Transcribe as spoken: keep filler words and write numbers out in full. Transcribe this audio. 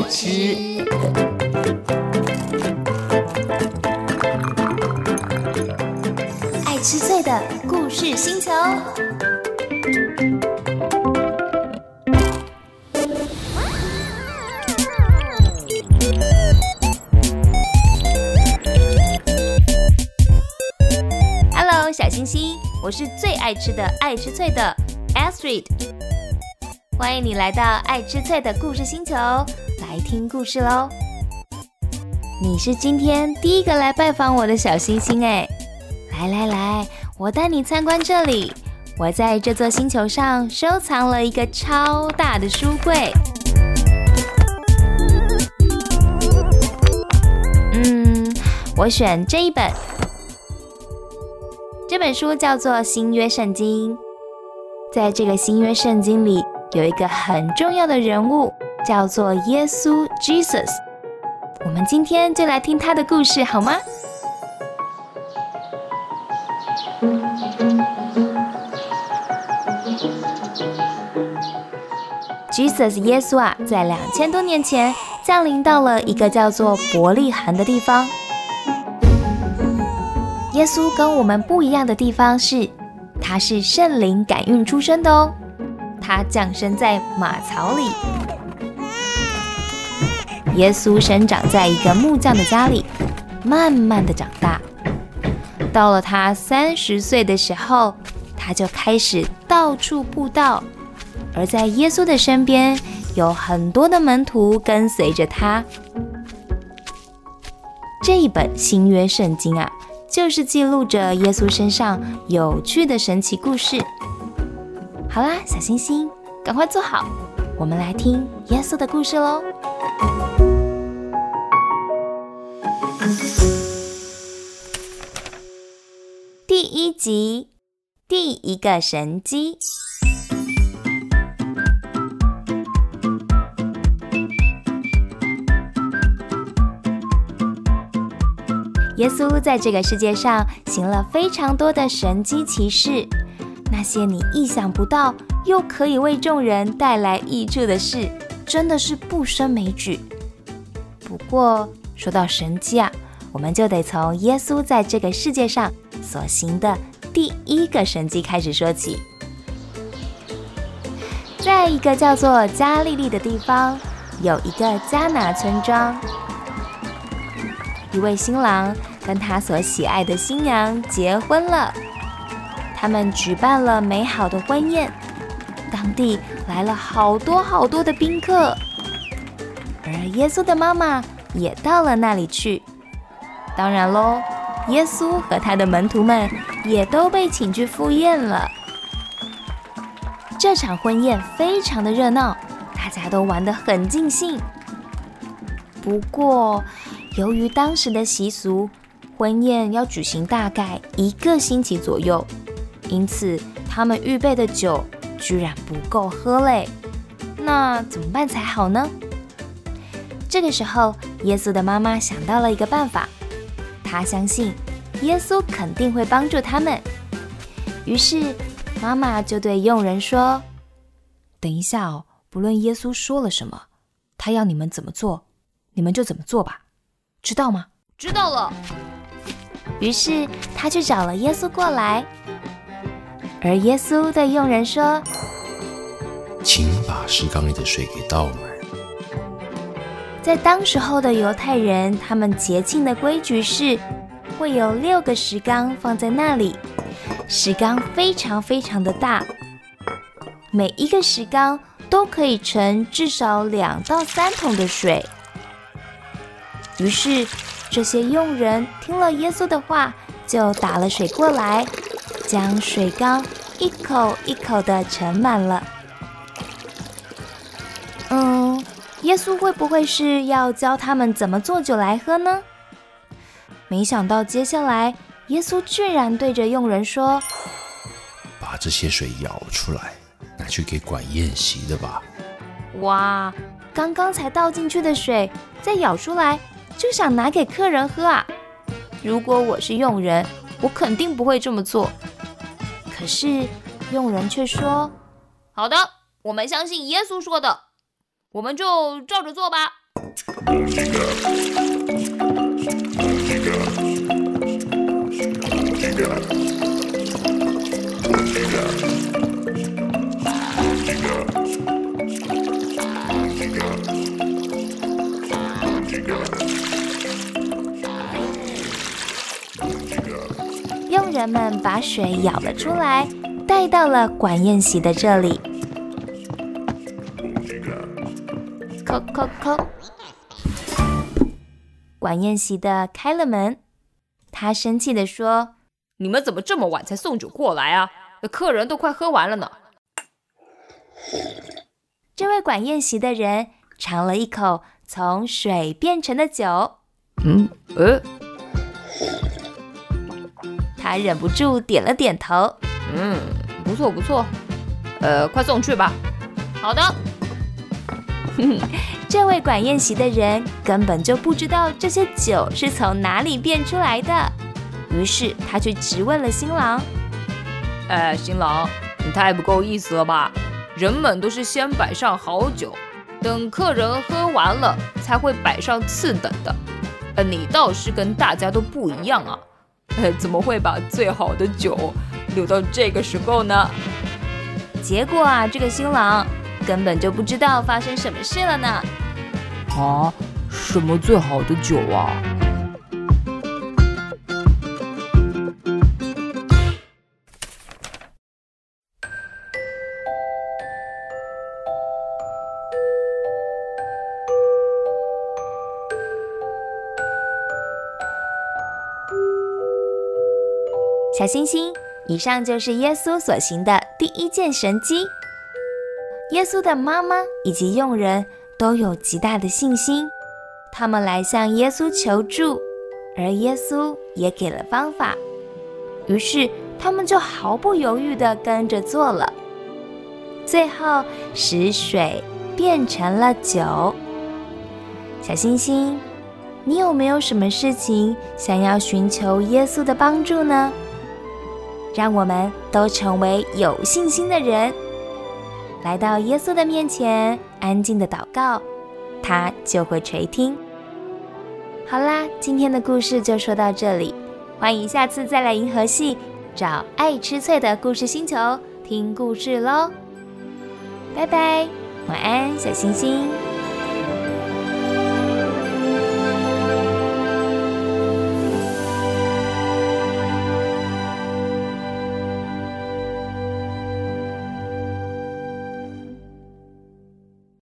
吃。爱吃脆的故事星球。Hello， 小星星，我是最爱吃的爱吃脆的 Astrid。欢迎你来到爱吃脆的故事星球，来听故事咯。你是今天第一个来拜访我的小星星耶，来来来，我带你参观这里。我在这座星球上收藏了一个超大的书柜。嗯，我选这一本。这本书叫做《新约圣经》。在这个新约圣经里，有一个很重要的人物，叫做耶稣 Jesus。 我们今天就来听他的故事好吗？ Jesus 耶稣啊，在两千多年前降临到了一个叫做伯利恒的地方。耶稣跟我们不一样的地方是，他是圣灵感孕出生的哦。他降生在马槽里。耶稣生长在一个木匠的家里，慢慢的长大。到了他三十岁的时候，他就开始到处布道，而在耶稣的身边有很多的门徒跟随着他。这一本新约圣经啊，就是记录着耶稣身上有趣的神奇故事。好啦，小星星，赶快坐好，我们来听耶稣的故事咯。第一集，第一个神迹。耶稣在这个世界上行了非常多的神迹奇事，那些你意想不到又可以为众人带来益处的事，真的是不胜枚举。不过说到神迹啊，我们就得从耶稣在这个世界上所行的第一个神迹开始说起。在一个叫做加利利的地方，有一个迦拿村庄，一位新郎跟他所喜爱的新娘结婚了。他们举办了美好的婚宴，当地来了好多好多的宾客，而耶稣的妈妈也到了那里去。当然咯，耶稣和他的门徒们也都被请去赴宴了。这场婚宴非常的热闹，大家都玩得很尽兴。不过由于当时的习俗，婚宴要举行大概一个星期左右，因此他们预备的酒居然不够喝嘞。那怎么办才好呢？这个时候，耶稣的妈妈想到了一个办法，她相信耶稣肯定会帮助他们。于是妈妈就对佣人说，等一下哦，不论耶稣说了什么，他要你们怎么做，你们就怎么做吧，知道吗？知道了。于是他去找了耶稣过来，而耶稣对佣人说， 请把石缸里的水给倒满。 在当时候的犹太人，他们节庆的规矩是会有六个石缸放在那里，石缸非常非常的大，每一个石缸都可以盛至少两到三桶的水。于是这些佣人听了耶稣的话，就打了水过来，将水缸一口一口的盛满了。嗯，耶稣会不会是要教他们怎么做酒来喝呢？没想到接下来耶稣居然对着佣人说， 把这些水舀出来，拿去给管宴席的吧。 哇，刚刚才倒进去的水再舀出来就想拿给客人喝啊！如果我是佣人，我肯定不会这么做。可是佣人却说，好的，我们相信耶稣说的，我们就照着做吧。 佣人们把水舀了出来，带到了管宴席的这里。叩叩叩，管宴席的开了门，他生气地说：“ 你们怎么这么晚才送酒过来啊？客人都快喝完了呢。” 这位管宴席的人尝了一口从水变成的酒， 嗯，呃， 他忍不住点了点头， 嗯，不错不错，呃，快送去吧。好的。 这位管宴席的人根本就不知道这些酒是从哪里变出来的，于是他去质问了新郎：“ 哎，新郎，你太不够意思了吧？人们都是先摆上好酒，等客人喝完了才会摆上次等的。呃，你倒是跟大家都不一样啊！呃，怎么会把最好的酒留到这个时候呢？” 结果啊，这个新郎根本就不知道发生什么事了呢。 啊，什么最好的酒啊？ 小星星，以上就是耶稣所行的第一件神迹。耶稣的妈妈以及佣人都有极大的信心，他们来向耶稣求助，而耶稣也给了方法，于是他们就毫不犹豫地跟着做了，最后使水变成了酒。小星星，你有没有什么事情想要寻求耶稣的帮助呢？让我们都成为有信心的人，来到耶稣的面前，安静的祷告，他就会垂听。好啦，今天的故事就说到这里，欢迎下次再来银河系找爱吃脆的故事星球听故事咯。拜拜，晚安，小星星。